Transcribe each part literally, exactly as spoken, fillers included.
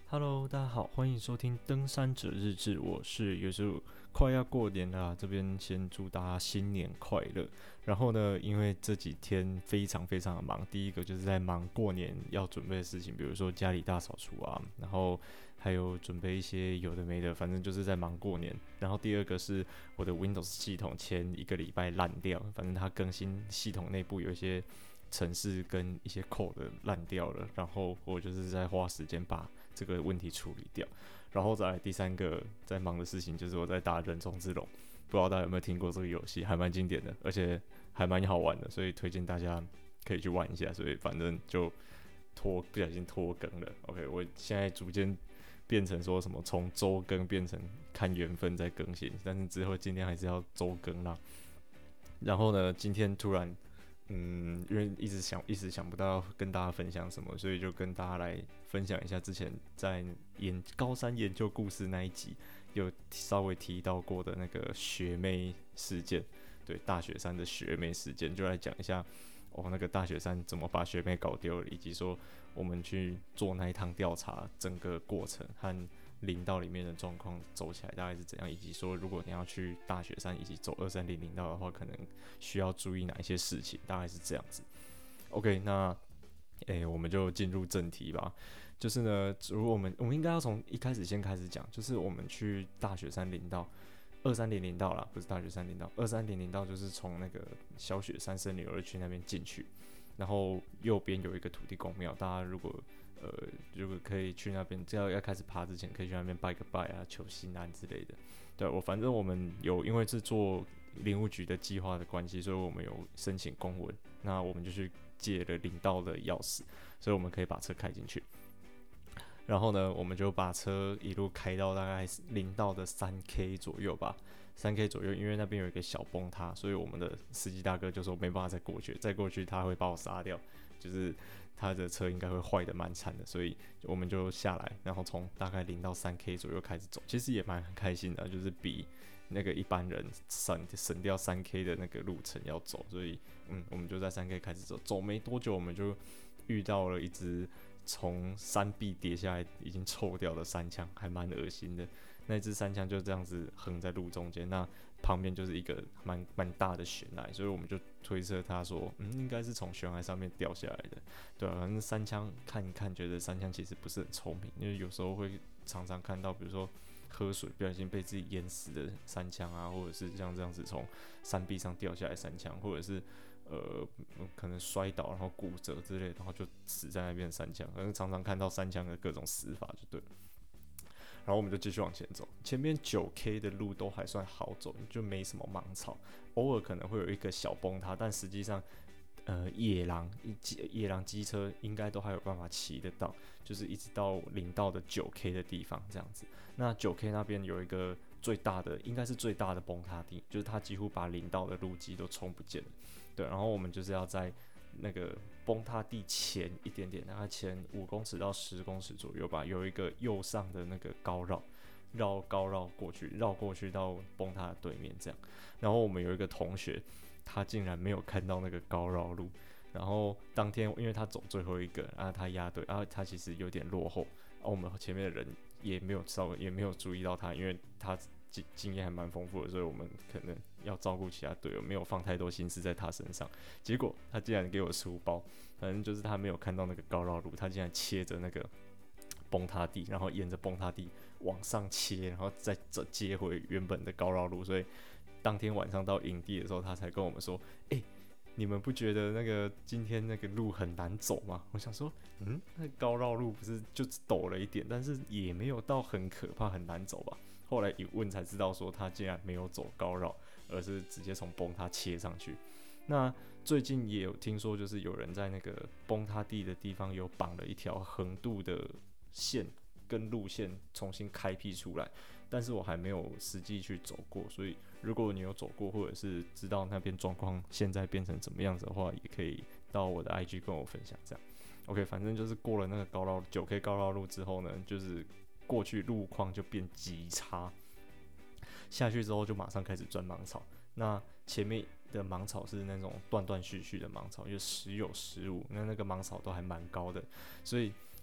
Hello，大家好，欢迎收听登山者日志，我是有时候快要过年了啦，这边先祝大家新年快乐。然后呢，因为这几天非常非常的忙，第一个就是在忙过年要准备的事情，比如说家里大扫除啊，然后还有准备一些有的没的，反正就是在忙过年。然后第二个是我的 Windows 系统前一个礼拜烂掉，反正它更新系统内部有一些程式跟一些 code 烂掉了，然后我就是在花时间把这个问题处理掉。然后再来第三个在忙的事情就是我在打人中之龙，不知道大家有没有听过这个游戏，还蛮经典的，而且还蛮好玩的，所以推荐大家可以去玩一下。所以反正就拖不小心拖更了。OK， 我现在逐渐变成说什么从周更变成看缘分在更新，但是之后尽量还是要周更啦。然后呢，今天突然嗯，因为一直想一直想不到跟大家分享什么，所以就跟大家来分享一下之前在研高山研究故事那一集有稍微提到过的那个学妹事件，对，大雪山的学妹事件，就来讲一下哦，那个大雪山怎么把学妹搞丢了，以及说我们去做那一趟调查整个过程和林道里面的状况走起来大概是怎样，以及说如果你要去大雪山以及走二三零林道的话，可能需要注意哪一些事情，大概是这样子。OK， 那诶、欸，我们就进入正题吧。就是呢，如果我们我们应该要从一开始先开始讲，就是我们去大雪山林道。二三零零道啦，不是大雪山林道。二三零零道就是从那个小雪山森林游乐区那边进去，然后右边有一个土地公庙，大家如果呃如果可以去那边，只要要开始爬之前，可以去那边拜个拜啊，求心安之类的。对我反正我们有因为是做林务局的计划的关系，所以我们有申请公文，那我们就去借了林道的钥匙，所以我们可以把车开进去。然后呢，我们就把车一路开到大概林道的三 K 左右吧，三 K 左右，因为那边有一个小崩塌，所以我们的司机大哥就说没办法再过去，再过去他会把我杀掉，就是他的车应该会坏的蛮惨的，所以我们就下来，然后从大概零到三 K 左右开始走，其实也蛮开心的，就是比那个一般人省省掉三 K 的那个路程要走，所以嗯，我们就在三 K 开始走，走没多久我们就遇到了一只从山壁跌下来已经臭掉的山羌，还蛮恶心的。那只山羌就这样子横在路中间，那旁边就是一个蛮蛮大的悬崖，所以我们就推测他说，嗯，应该是从悬崖上面掉下来的。对啊，反正山羌看一看，觉得山羌其实不是很聪明，因为有时候会常常看到，比如说喝水不小心被自己淹死的山羌啊，或者是像这样子从山壁上掉下来的山羌，或者是呃可能摔倒然后骨折之类的，然后就死在那边的山羌，可能常常看到山羌的各种死法就对了。然后我们就继续往前走，前面九 K 的路都还算好走，就没什么芒草，偶尔可能会有一个小崩塌，但实际上，呃，野狼、野狼机车应该都还有办法骑得到，就是一直到林道的九 K 的地方这样子。那九 K 那边有一个最大的，应该是最大的崩塌地，就是它几乎把林道的路基都冲不见了。对，然后我们就是要在那个崩塌地前一点点，大概前五公尺到十公尺左右吧，有一个右上的那个高绕，绕高绕过去，绕过去到崩塌的对面这样。然后我们有一个同学，他竟然没有看到那个高绕路，然后当天因为他走最后一个，然后他压队，然后他其实有点落后，然后我们前面的人也没有稍微也没有注意到他，因为他经经验还蛮丰富的，所以我们可能要照顾其他队友，没有放太多心思在他身上。结果他竟然给我书包，反正就是他没有看到那个高绕路，他竟然切着那个崩塌地，然后沿着崩塌地往上切，然后再接回原本的高绕路。所以当天晚上到营地的时候，他才跟我们说：“哎、欸，你们不觉得那个今天那个路很难走吗？”我想说，嗯，那高绕路不是就陡了一点，但是也没有到很可怕、很难走吧？后来一问才知道，说他竟然没有走高绕，而是直接从崩塌切上去。那最近也有听说，就是有人在那个崩塌地的地方有绑了一条横渡的线跟路线重新开辟出来，但是我还没有实际去走过，所以如果你有走过或者是知道那边状况现在变成怎么样子的话，也可以到我的 I G 跟我分享这样。OK， 反正就是过了那个高绕 九 K 高绕路之后呢，就是过去路况就变极差，下去之后就马上开始钻芒草。那前面的芒草是那种断断续续的芒草，就时有时无，那那个芒草都还蛮高的，所以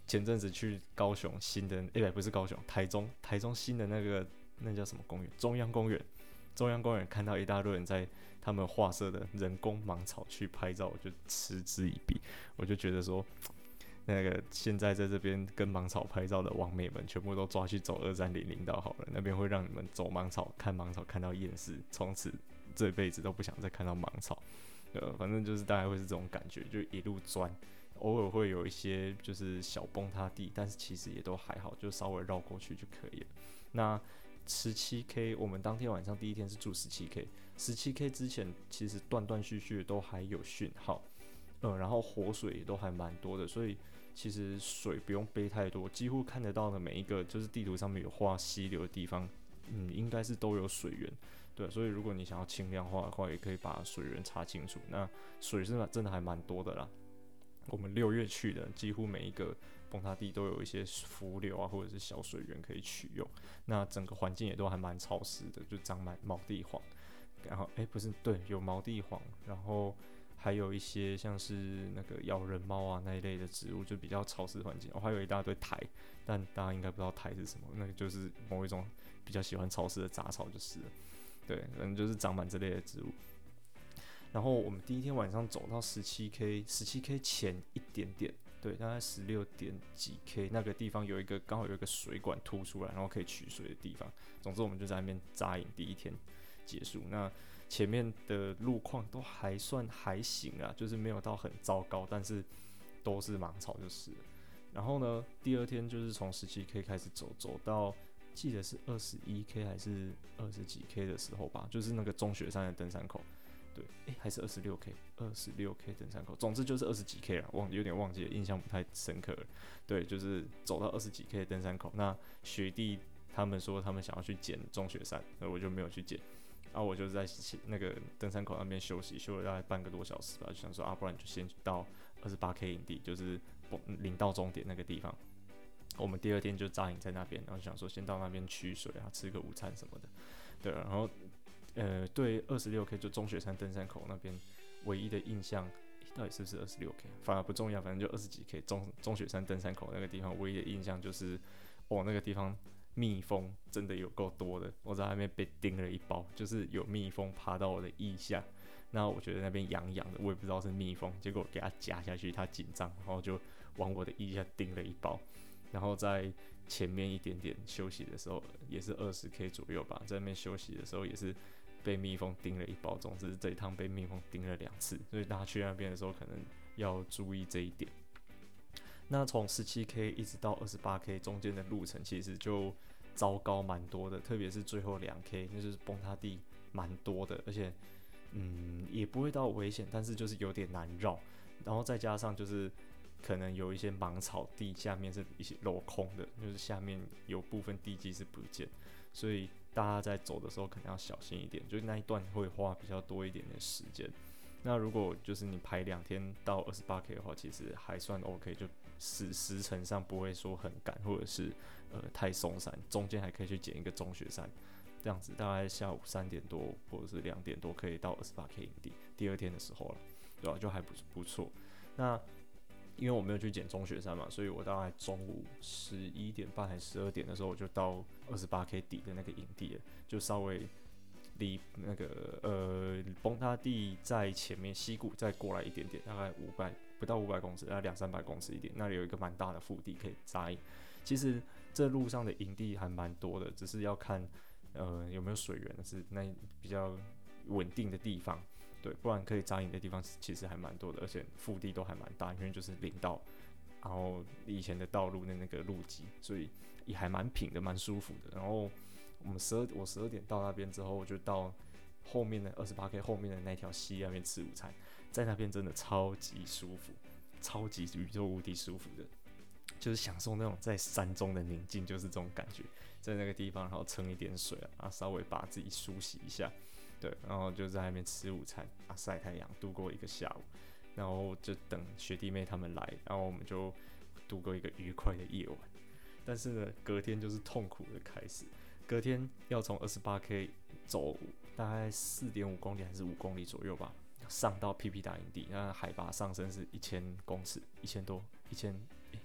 前阵子去高雄新的，哎、欸，不是高雄，台中，台中新的那个那叫什么公园？中央公园。中央公园看到一大堆人在他们画设的人工芒草去拍照，我就嗤之以鼻。我就觉得说，那个现在在这边跟芒草拍照的网美们，全部都抓去走二三零零道好了，那边会让你们走芒草、看芒草看到厌世，从此这辈子都不想再看到芒草。呃，反正就是大概会是这种感觉，就一路钻。偶尔会有一些就是小崩塌地，但是其实也都还好，就稍微绕过去就可以了。那十七 K， 我们当天晚上第一天是住十七 K， 十七 K 之前其实断断续续都还有讯号，呃，然后活水也都还蛮多的，所以其实水不用背太多，几乎看得到的每一个就是地图上面有画溪流的地方，嗯，应该是都有水源，对，所以如果你想要轻量化的话，也可以把水源查清楚。那水是真的还蛮多的啦，我们六月去的，几乎每一个崩塌地都有一些浮流啊，或者是小水源可以取用。那整个环境也都还蛮潮湿的，就长满毛地黄。然后，哎、欸，不是，对，有毛地黄，然后还有一些像是那个咬人猫啊那一类的植物，就比较潮湿环境。哦，还有一大堆苔，但大家应该不知道苔是什么，那个就是某一种比较喜欢潮湿的杂草，就是了。对，可能就是长满这类的植物。然后我们第一天晚上走到十七 K， 十七 K 前一点点，对，大概十六点几 K 那个地方有一个刚好有一个水管凸出来，然后可以取水的地方。总之我们就在那边扎营，第一天结束。那前面的路况都还算还行啊，就是没有到很糟糕，但是都是芒草就是了。然后呢，第二天就是从十七 K 开始走，走到记得是二十一 K 还是二十几 K 的时候吧，就是那个中雪山的登山口。对，哎、欸，还是二十六 K， 二十六 K 登山口，总之就是二十几 K 了，忘有点忘记了，印象不太深刻了。对，就是走到二十几 K 的登山口，那学弟他们说他们想要去捡中雪山，所以我就没有去捡。然后我就在那个登山口那边休息，休了大概半个多小时吧，就想说啊，不然就先到二十八 K 营地，就是领到终点那个地方。我们第二天就扎营在那边，然后就想说先到那边取水啊，吃个午餐什么的。对，然后。呃，对，二十六 K 就中雪山登山口那边唯一的印象，到底是不是二十六 K？ 反而不重要，反正就二十几 K 中中雪山登山口那个地方唯一的印象就是，哦，那个地方蜜蜂真的有够多的，我在那边被叮了一包，就是有蜜蜂爬到我的腋下，那我觉得那边痒痒的，我也不知道是蜜蜂，结果给它夹下去，它紧张，然后就往我的腋下叮了一包，然后在前面一点点休息的时候，也是二十 K 左右吧，在那边休息的时候也是。被蜜蜂叮了一包，总之这一趟被蜜蜂叮了两次，所以大家去那边的时候可能要注意这一点。那从十七 K 一直到二十八 K 中间的路程其实就糟糕蛮多的，特别是最后两 K， 那就是崩塌地蛮多的，而且嗯也不会到危险，但是就是有点难绕，然后再加上就是可能有一些芒草地下面是一些镂空的，就是下面有部分地基是不见，所以大家在走的时候可能要小心一点，就是那一段会花比较多一点点时间。那如果就是你排两天到二十八 K 的话，其实还算 OK， 就时时程上不会说很赶，或者是呃太松散，中间还可以去捡一个中雪山，这样子大概下午三点多或者是两点多可以到二十八 K 营地，第二天的时候了，对吧、啊？就还不不错。那因为我没有去捡中雪山嘛，所以我大概中午十一点半还是十二点的时候，我就到二十八 K 底的那个营地了，就稍微离那个呃崩塌地在前面，溪谷再过来一点点，大概五百不到五百公尺，大概两三百公尺一点，那里有一个蛮大的腹地可以扎营。其实这路上的营地还蛮多的，只是要看呃有没有水源，是那比较稳定的地方。对，不然可以扎营的地方其实还蛮多的，而且腹地都还蛮大，因为就是林道，然后以前的道路的那个路基，所以也还蛮平的，蛮舒服的。然后我们十二，我十二点到那边之后，我就到后面的二十八 K 后面的那条溪那边吃午餐，在那边真的超级舒服，超级宇宙无敌舒服的，就是享受那种在山中的宁静，就是这种感觉，在那个地方，然后盛一点水啊，稍微把自己梳洗一下。对，然后就在那边吃午餐啊，晒太阳，度过一个下午，然后就等学弟妹他们来，然后我们就度过一个愉快的夜晚。但是呢，隔天就是痛苦的开始，隔天要从二十八 K 走大概四点五公里还是五公里左右吧，上到 P P 大营地，那海拔上升是一千公尺，一千多，一千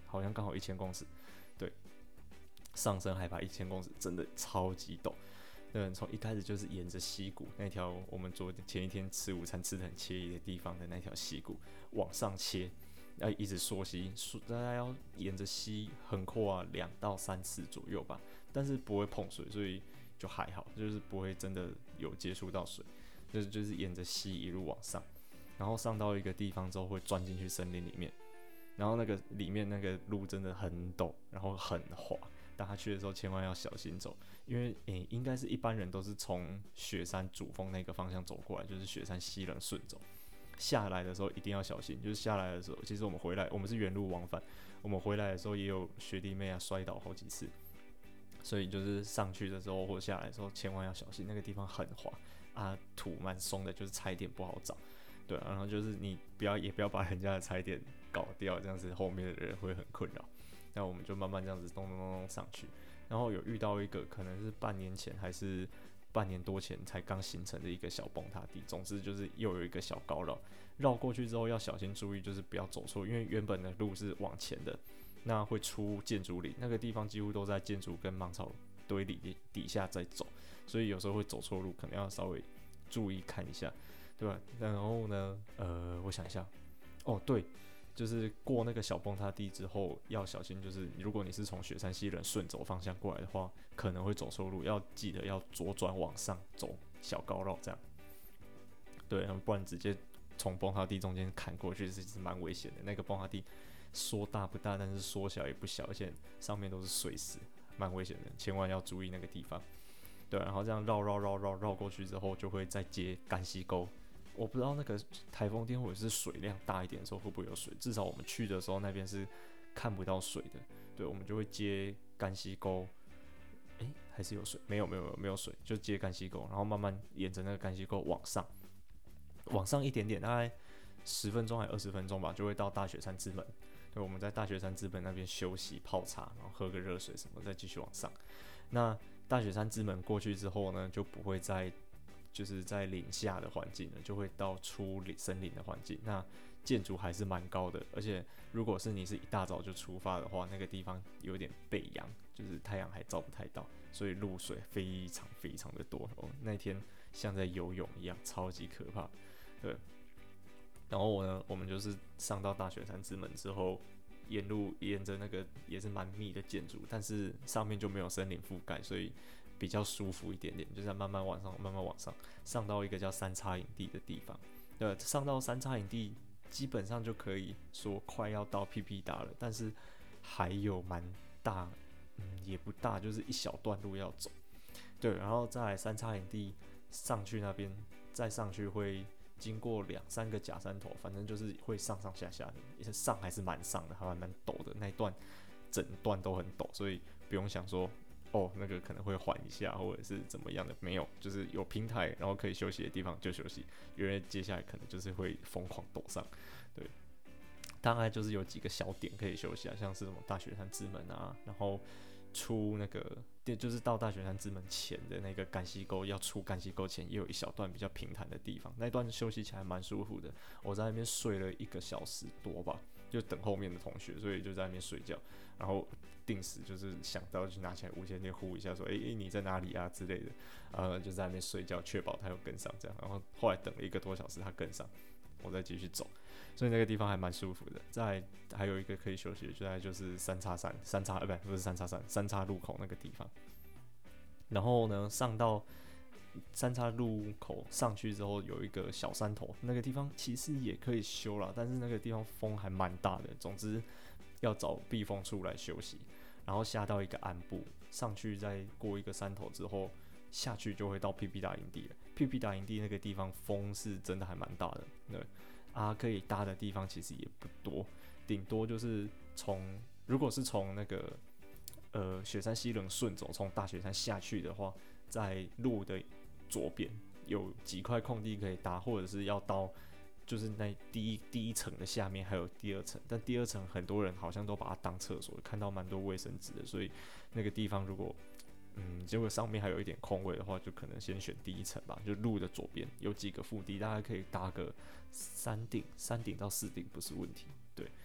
好像刚好一千公尺，对，上升海拔一千公尺，真的超级陡。对，从一开始就是沿着溪谷那条我们昨天前一天吃午餐吃的很惬意的地方的那条溪谷往上切，要一直溯溪，大概要沿着溪横跨两到三次左右吧，但是不会碰水，所以就还好，就是不会真的有接触到水，就是就是沿着溪一路往上，然后上到一个地方之后会钻进去森林里面，然后那个里面那个路真的很陡，然后很滑。大家去的时候千万要小心走，因为诶、欸、应该是一般人都是从雪山主峰那个方向走过来，就是雪山西人顺走。下来的时候一定要小心，就是下来的时候，其实我们回来我们是原路往返，我们回来的时候也有学弟妹啊摔倒好几次，所以就是上去的时候或下来的时候千万要小心，那个地方很滑啊，土蛮松的，就是踩点不好找。对、啊，然后就是你不要也不要把人家的踩点搞掉，这样子后面的人会很困扰。那我们就慢慢这样子咚咚咚咚上去，然后有遇到一个可能是半年前还是半年多前才刚形成的一个小崩塌地，总之就是又有一个小高绕，绕过去之后要小心注意，就是不要走错，因为原本的路是往前的，那会出建筑林，那个地方几乎都在建筑跟芒草堆里底下在走，所以有时候会走错路，可能要稍微注意看一下，对吧？然后呢，呃，我想一下，哦，对。就是过那个小崩塌地之后要小心，就是如果你是从雪山西人顺走方向过来的话，可能会走错路，要记得要左转往上走小高绕这样。对，不然直接从崩塌地中间砍过去是是蛮危险的。那个崩塌地说大不大，但是说小也不小，而且上面都是碎石，蛮危险的，千万要注意那个地方。对，然后这样绕绕绕绕绕过去之后，就会再接干溪沟。我不知道那个台风天或者是水量大一点的时候会不会有水，至少我们去的时候那边是看不到水的。对，我们就会接干溪沟，哎、欸，还是有水？没有没有没有水，就接干溪沟，然后慢慢沿着那个干溪沟往上，往上一点点，大概十分钟还二十分钟吧，就会到大雪山之门。对，我们在大雪山之门那边休息泡茶，然后喝个热水什么，再继续往上。那大雪山之门过去之后呢，就不会再就是在林下的环境了，就会到出森林的环境。那建筑还是蛮高的，而且如果是你是一大早就出发的话，那个地方有点背阳，就是太阳还照不太到，所以露水非常非常的多。哦，那天像在游泳一样，超级可怕。对，然后我呢，我们就是上到大雪山之门之后，沿路沿着那个也是蛮密的建筑，但是上面就没有森林覆盖，所以比较舒服一点点，就是慢慢往上，慢慢往上，上到一个叫三叉营地的地方。对，上到三叉营地，基本上就可以说快要到屁屁达了，但是还有蛮大，嗯，也不大，就是一小段路要走。对，然后再来三叉营地上去那边，再上去会经过两三个假山头，反正就是会上上下下的，也是上还是蛮上的，还蛮陡的，那一段整段都很陡，所以不用想说哦那个可能会缓一下或者是怎么样的，没有，就是有平台然后可以休息的地方就休息，因为接下来可能就是会疯狂陡上。对，大概就是有几个小点可以休息啊，像是什么大雪山之门啊，然后出那个就是到大雪山之门前的那个干溪沟，要出干溪沟前也有一小段比较平坦的地方，那段休息起来蛮舒服的。我在那边睡了一个小时多吧，就等后面的同学，所以就在那边睡觉，然后定时就是想到就拿起来无线电呼一下说，哎、欸欸、你在哪里啊之类的，呃就在那边睡觉，确保他有跟上这样。然后后来等了一个多小时，他跟上，我再继续走。所以那个地方还蛮舒服的。再还有一个可以休息的，就在就是三叉山，三叉呃不不是三叉山，三叉路口那个地方。然后呢，上到三叉路口上去之后，有一个小山头，那个地方其实也可以休啦，但是那个地方风还蛮大的。总之要找避风处来休息。然后下到一个鞍部，上去再过一个山头之后，下去就会到屁屁达营地了。屁屁达营地那个地方风是真的还蛮大的，对。啊，可以搭的地方其实也不多，顶多就是从如果是从那个呃雪山西轮顺走，从大雪山下去的话，在路的左边有几块空地可以搭，或者是要到就是那第一第一层的下面还有第二层，但第二层很多人好像都把它当厕所，看到蛮多卫生纸的，所以那个地方如果嗯，结果上面还有一点空位的话，就可能先选第一层吧。就路的左边有几个腹地，大概可以搭个三顶，三顶到四顶不是问题。对，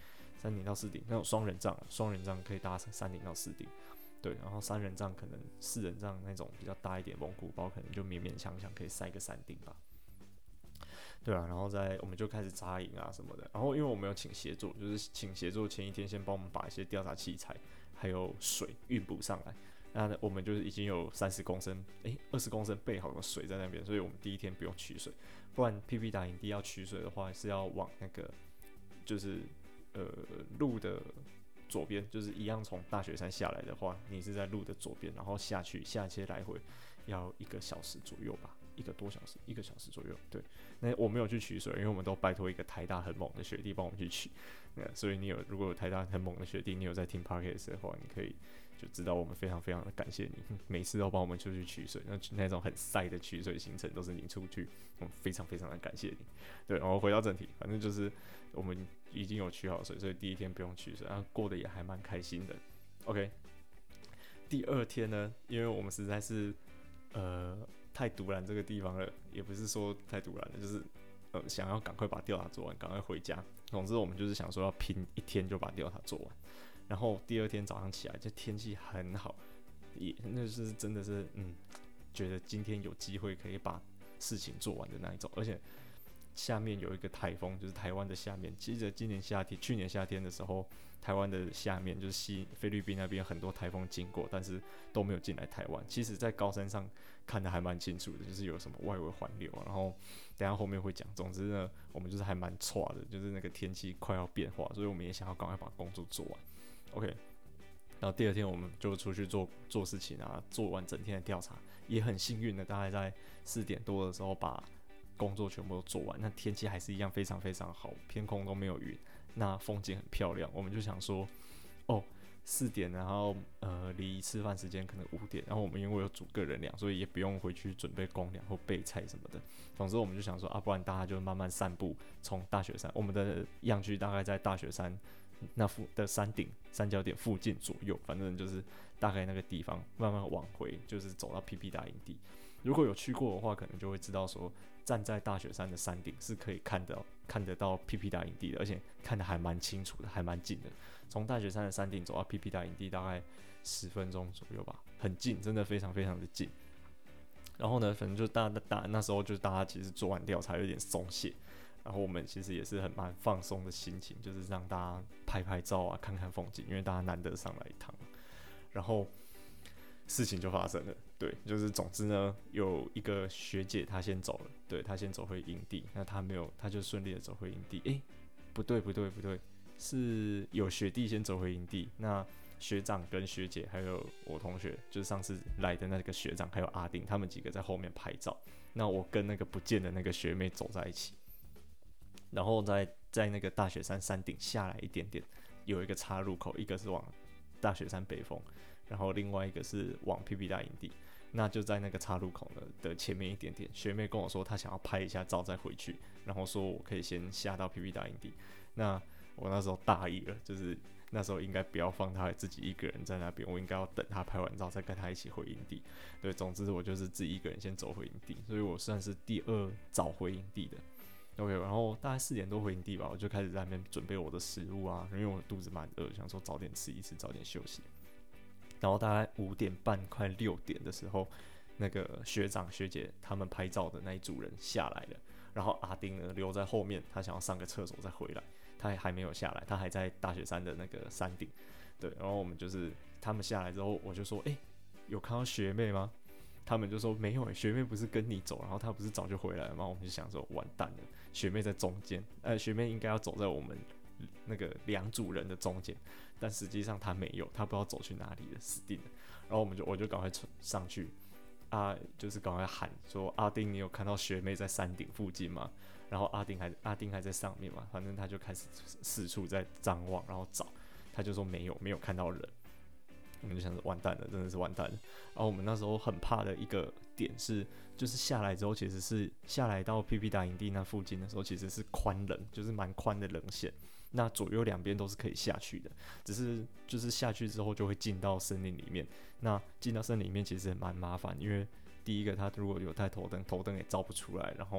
山顶到四顶那种双人帐，双人帐可以搭山顶到四顶。对，然后三人帐可能四人帐那种比较大一点蒙古包，可能就勉勉强强可以塞个山顶吧。对啊，然后再我们就开始扎营啊什么的。然后因为我们有请协作，就是请协作前一天先帮我们把一些调查器材还有水运补上来。那我们就是已经有三十公升，哎，二十公升备好的水在那边，所以我们第一天不用取水。不然 P P 打营地要取水的话，是要往那个就是呃路的左边，就是一样从大雪山下来的话，你是在路的左边，然后下去下切来回要一个小时左右吧，一个多小时，一个小时左右。对，那我没有去取水，因为我们都拜托一个台大很猛的学弟帮我们去取。那所以你有如果有台大很猛的学弟，你有在听 Podcast 的话，你可以就知道我们非常非常的感谢你，每次都帮我们出去取水。那那种很晒的取水行程都是你出去，我们非常非常的感谢你。对，然后回到正题，反正就是我们已经有取好水，所以第一天不用取水，然后过得也还蛮开心的。OK， 第二天呢，因为我们实在是呃太独揽这个地方了，也不是说太独揽了，就是呃想要赶快把调查做完，赶快回家。总之我们就是想说要拼一天就把调查做完。然后第二天早上起来，就天气很好，也那是真的是嗯，觉得今天有机会可以把事情做完的那一种。而且下面有一个台风，就是台湾的下面。记得今年夏天、去年夏天的时候，台湾的下面就是西菲律宾那边很多台风经过，但是都没有进来台湾。其实，在高山上看得还蛮清楚的，就是有什么外围环流、啊，然后等一下后面会讲。总之呢，我们就是还蛮错的，就是那个天气快要变化，所以我们也想要赶快把工作做完。OK， 然后第二天我们就出去做做事情啊，做完整天的调查，也很幸运的，大概在四点多的时候把工作全部都做完。那天气还是一样非常非常好，天空都没有云，那风景很漂亮。我们就想说，哦，四点，然后呃离吃饭时间可能五点，然后我们因为有煮个人粮，所以也不用回去准备公粮或备菜什么的。总之我们就想说啊，不然大家就慢慢散步，从大雪山，我们的样区大概在大雪山那附的山顶三角点附近左右，反正就是大概那个地方，慢慢往回，就是走到 P P 大营地。如果有去过的话，可能就会知道说，站在大雪山的山顶是可以看到看得到 P P 大营地的，而且看得还蛮清楚的，还蛮近的。从大雪山的山顶走到 P P 大营地大概十分钟左右吧，很近，真的非常非常的近。然后呢，反正就大大那时候就大家其实做完调查有点松懈。然后我们其实也是很蛮放松的心情，就是让大家拍拍照啊，看看风景，因为大家难得上来一趟。然后事情就发生了，对，就是总之呢，有一个学姐她先走了，对，她先走回营地，那她没有，她就顺利的走回营地。诶，不对不对不对，是有学弟先走回营地，那学长跟学姐还有我同学，就是上次来的那个学长还有阿丁，他们几个在后面拍照，那我跟那个不见的那个学妹走在一起。然后在在那个大雪山山顶下来一点点，有一个岔路口，一个是往大雪山北峰，然后另外一个是往 P P 大营地。那就在那个岔路口呢的前面一点点，学妹跟我说她想要拍一下照再回去，然后说我可以先下到 P P 大营地。那我那时候大意了，就是那时候应该不要放她自己一个人在那边，我应该要等她拍完照再跟她一起回营地。对，总之我就是自己一个人先走回营地，所以我算是第二早回营地的。OK， 然后大概四点多回营地吧，我就开始在那边准备我的食物啊，因为我肚子蛮饿，想说早点吃一吃，早点休息。然后大概五点半快六点的时候，那个学长学姐他们拍照的那一组人下来了，然后阿丁呢留在后面，他想要上个厕所再回来，他还没有下来，他还在大雪山的那个山顶。对，然后我们就是他们下来之后，我就说，哎、欸，有看到学妹吗？他们就说没有、欸，学妹不是跟你走，然后她不是早就回来了吗？我们就想说完蛋了，学妹在中间，呃，学妹应该要走在我们那个两组人的中间，但实际上她没有，她不知道走去哪里了，死定了。然后我们就我就赶快上去啊，就是赶快喊说阿丁，你有看到学妹在山顶附近吗？然后阿丁还阿丁还在上面嘛，反正他就开始四处在张望，然后找，他就说没有，没有看到人。我们就想说完蛋了，真的是完蛋了。然后我们那时候很怕的一个点是，就是下来之后，其实是下来到 P P 大营地那附近的时候，其实是宽棱，就是蛮宽的棱线。那左右两边都是可以下去的，只是就是下去之后就会进到森林里面。那进到森林里面其实蛮麻烦，因为第一个它如果有带头灯，头灯也照不出来，然后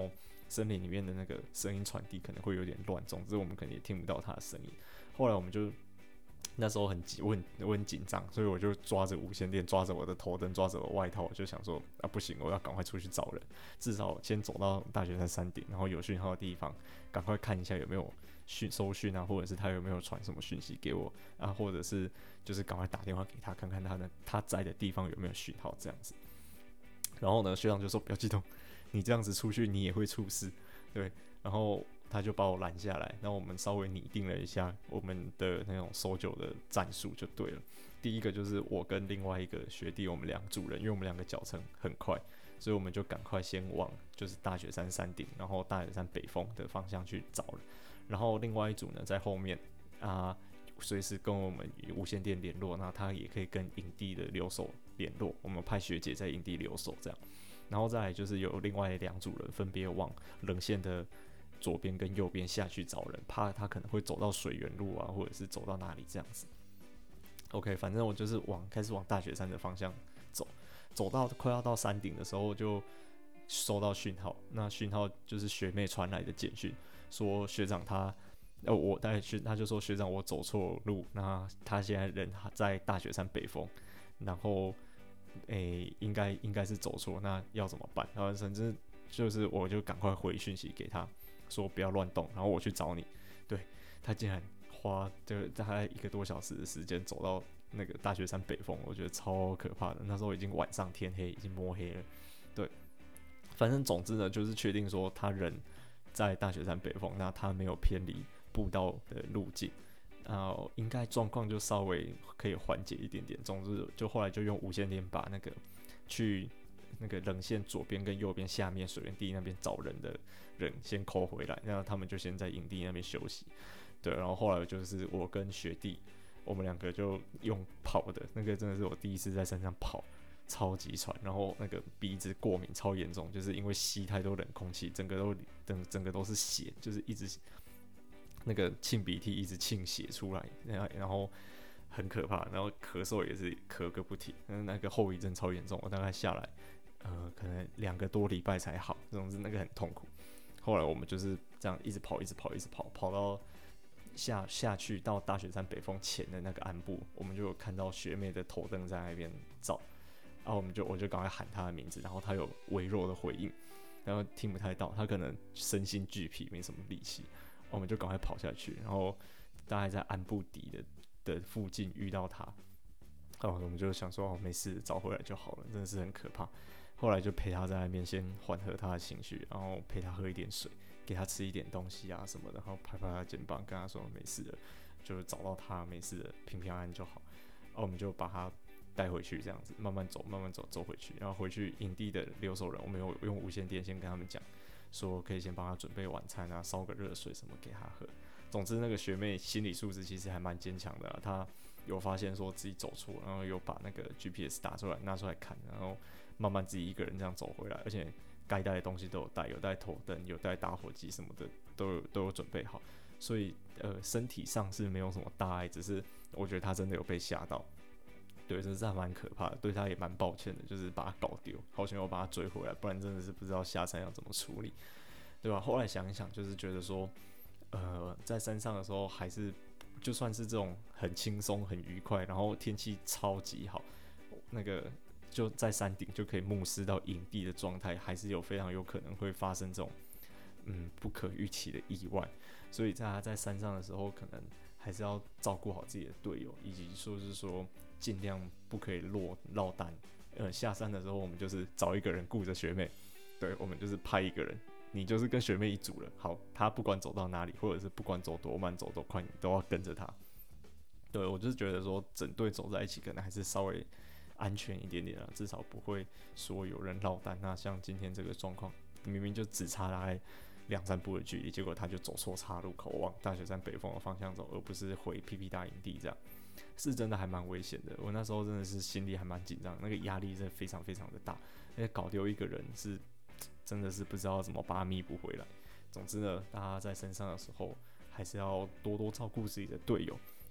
森林里面的那个声音传递可能会有点乱，总之我们可能也听不到他的声音。后来我们就那时候很急，我很我很紧张，所以我就抓着无线电，抓着我的头灯，抓着我外套，我就想说啊不行，我要赶快出去找人，至少先走到大雪山山顶，然后有讯号的地方，赶快看一下有没有讯收讯啊，或者是他有没有传什么讯息给我啊，或者是就是赶快打电话给他，看看他的他在的地方有没有讯号这样子。然后呢，学长就说不要激动，你这样子出去你也会出事，对，然后他就把我拦下来，然后我们稍微拟定了一下我们的那种搜救的战术就对了。第一个就是我跟另外一个学弟，我们两组人，因为我们两个脚程很快，所以我们就赶快先往就是大雪山山顶，然后大雪山北峰的方向去找了。然后另外一组呢在后面啊，随时跟我们无线电联络，那他也可以跟营地的留守联络，我们派学姐在营地留守这样。然后再来就是有另外两组人分别往冷线的左边跟右边下去找人，怕他可能会走到水源路啊，或者是走到哪里这样子。OK， 反正我就是往开始往大雪山的方向走，走到快要到山顶的时候就收到讯号，那讯号就是学妹传来的简讯，说学长他，呃我大概学他就说学长我走错路，那他现在人在大雪山北峰，然后诶应该应该是走错，那要怎么办？然后甚至就是我就赶快回讯息给他。说不要乱动，然后我去找你。对，他竟然花就大概一个多小时的时间走到那个大雪山北峰，我觉得超可怕的。那时候已经晚上天黑，已经摸黑了。对，反正总之呢，就是确定说他人在大雪山北峰，那他没有偏离步道的路径，然后应该状况就稍微可以缓解一点点。总之，就后来就用无线电把那个去。那个冷线左边跟右边下面水源地那边找人的人先扣回来，然后他们就先在营地那边休息。对，然后后来就是我跟学弟，我们两个就用跑的，那个真的是我第一次在山上跑，超级喘，然后那个鼻子过敏超严重，就是因为吸太多冷空气，整个都整整个都是血，就是一直那个擤鼻涕，一直擤血出来，然后很可怕，然后咳嗽也是咳个不停，那个后遗症超严重，我大概下来。呃，可能两个多礼拜才好，总之那个很痛苦。后来我们就是这样一直跑，一直跑，一直跑，跑到下下去到大雪山北峰前的那个鞍部，我们就有看到学妹的头灯在那边照，然后我们就我就赶快喊她的名字，然后她有微弱的回应，然后听不太到，她可能身心俱疲，没什么力气，我们就赶快跑下去，然后大概在鞍部底的的附近遇到她，然后我们就想说哦没事，找回来就好了，真的是很可怕。后来就陪他在那边先缓和他的情绪，然后陪他喝一点水，给他吃一点东西啊什么的，然后拍拍他的肩膀，跟他说没事的，就找到他没事的，平平安安就好。然后我们就把他带回去，这样子慢慢走，慢慢走，走回去。然后回去营地的留守人，我们有用无线电先跟他们讲，说可以先帮他准备晚餐啊，烧个热水什么给他喝。总之，那个学妹心理素质其实还蛮坚强的、啊，她有发现说自己走错，然后有把那个 G P S 打出来拿出来看，然后慢慢自己一个人这样走回来，而且该带的东西都有带，有带头灯，有带打火机什么的，都有都有准备好，所以呃身体上是没有什么大碍，只是我觉得他真的有被吓到，对，这是还蛮可怕的，对他也蛮抱歉的，就是把他搞丢，好险我把他追回来，不然真的是不知道下山要怎么处理，对吧？后来想一想，就是觉得说，呃，在山上的时候还是。就算是这种很轻松、很愉快，然后天气超级好，那个就在山顶就可以目视到营地的状态，还是有非常有可能会发生这种嗯不可预期的意外。所以在他在山上的时候，可能还是要照顾好自己的队友，以及说是说尽量不可以落落单。呃，下山的时候我们就是找一个人顾着学妹，对我们就是派一个人。你就是跟学妹一组了，好，他不管走到哪里，或者是不管走多慢、走多快，你都要跟着他。对，我就是觉得说，整队走在一起，可能还是稍微安全一点点啊，至少不会说有人落单。那像今天这个状况，明明就只差大概两三步的距离，结果他就走错岔路口，往大雪山北峰的方向走，而不是回 P P 大营地这样，是真的还蛮危险的。我那时候真的是心里还蛮紧张，那个压力真的非常非常的大，而且搞丢一个人是。真的是不知道怎么把它弥补回来。总之呢，大家在山上的时候，还是要多多照顾自己的队友。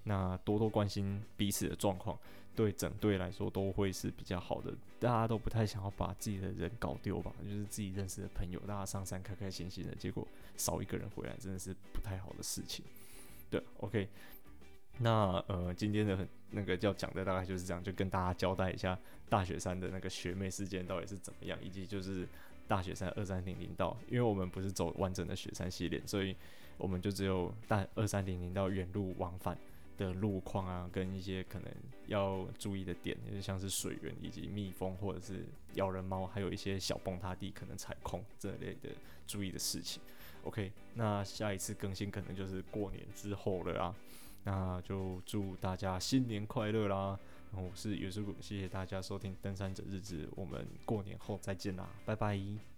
那多多关心彼此的状况，对整队来说都会是比较好的。大家都不太想要把自己的人搞丢吧，就是自己认识的朋友，大家上山开开心心的，结果少一个人回来，真的是不太好的事情。对 ，OK。那呃，今天的那个要讲的大概就是这样，就跟大家交代一下大雪山的那个学妹事件到底是怎么样，以及就是大雪山二三零零道，因为我们不是走完整的雪山系列，所以我们就只有大二三零零道远路往返的路况啊，跟一些可能要注意的点，就是像是水源以及蜜蜂或者是咬人猫，还有一些小崩塌地可能踩空这类的注意的事情。OK， 那下一次更新可能就是过年之后了啊。那就祝大家新年快乐啦！然后我是尤叔谷，谢谢大家收听《登山者日志》，我们过年后再见啦，拜拜。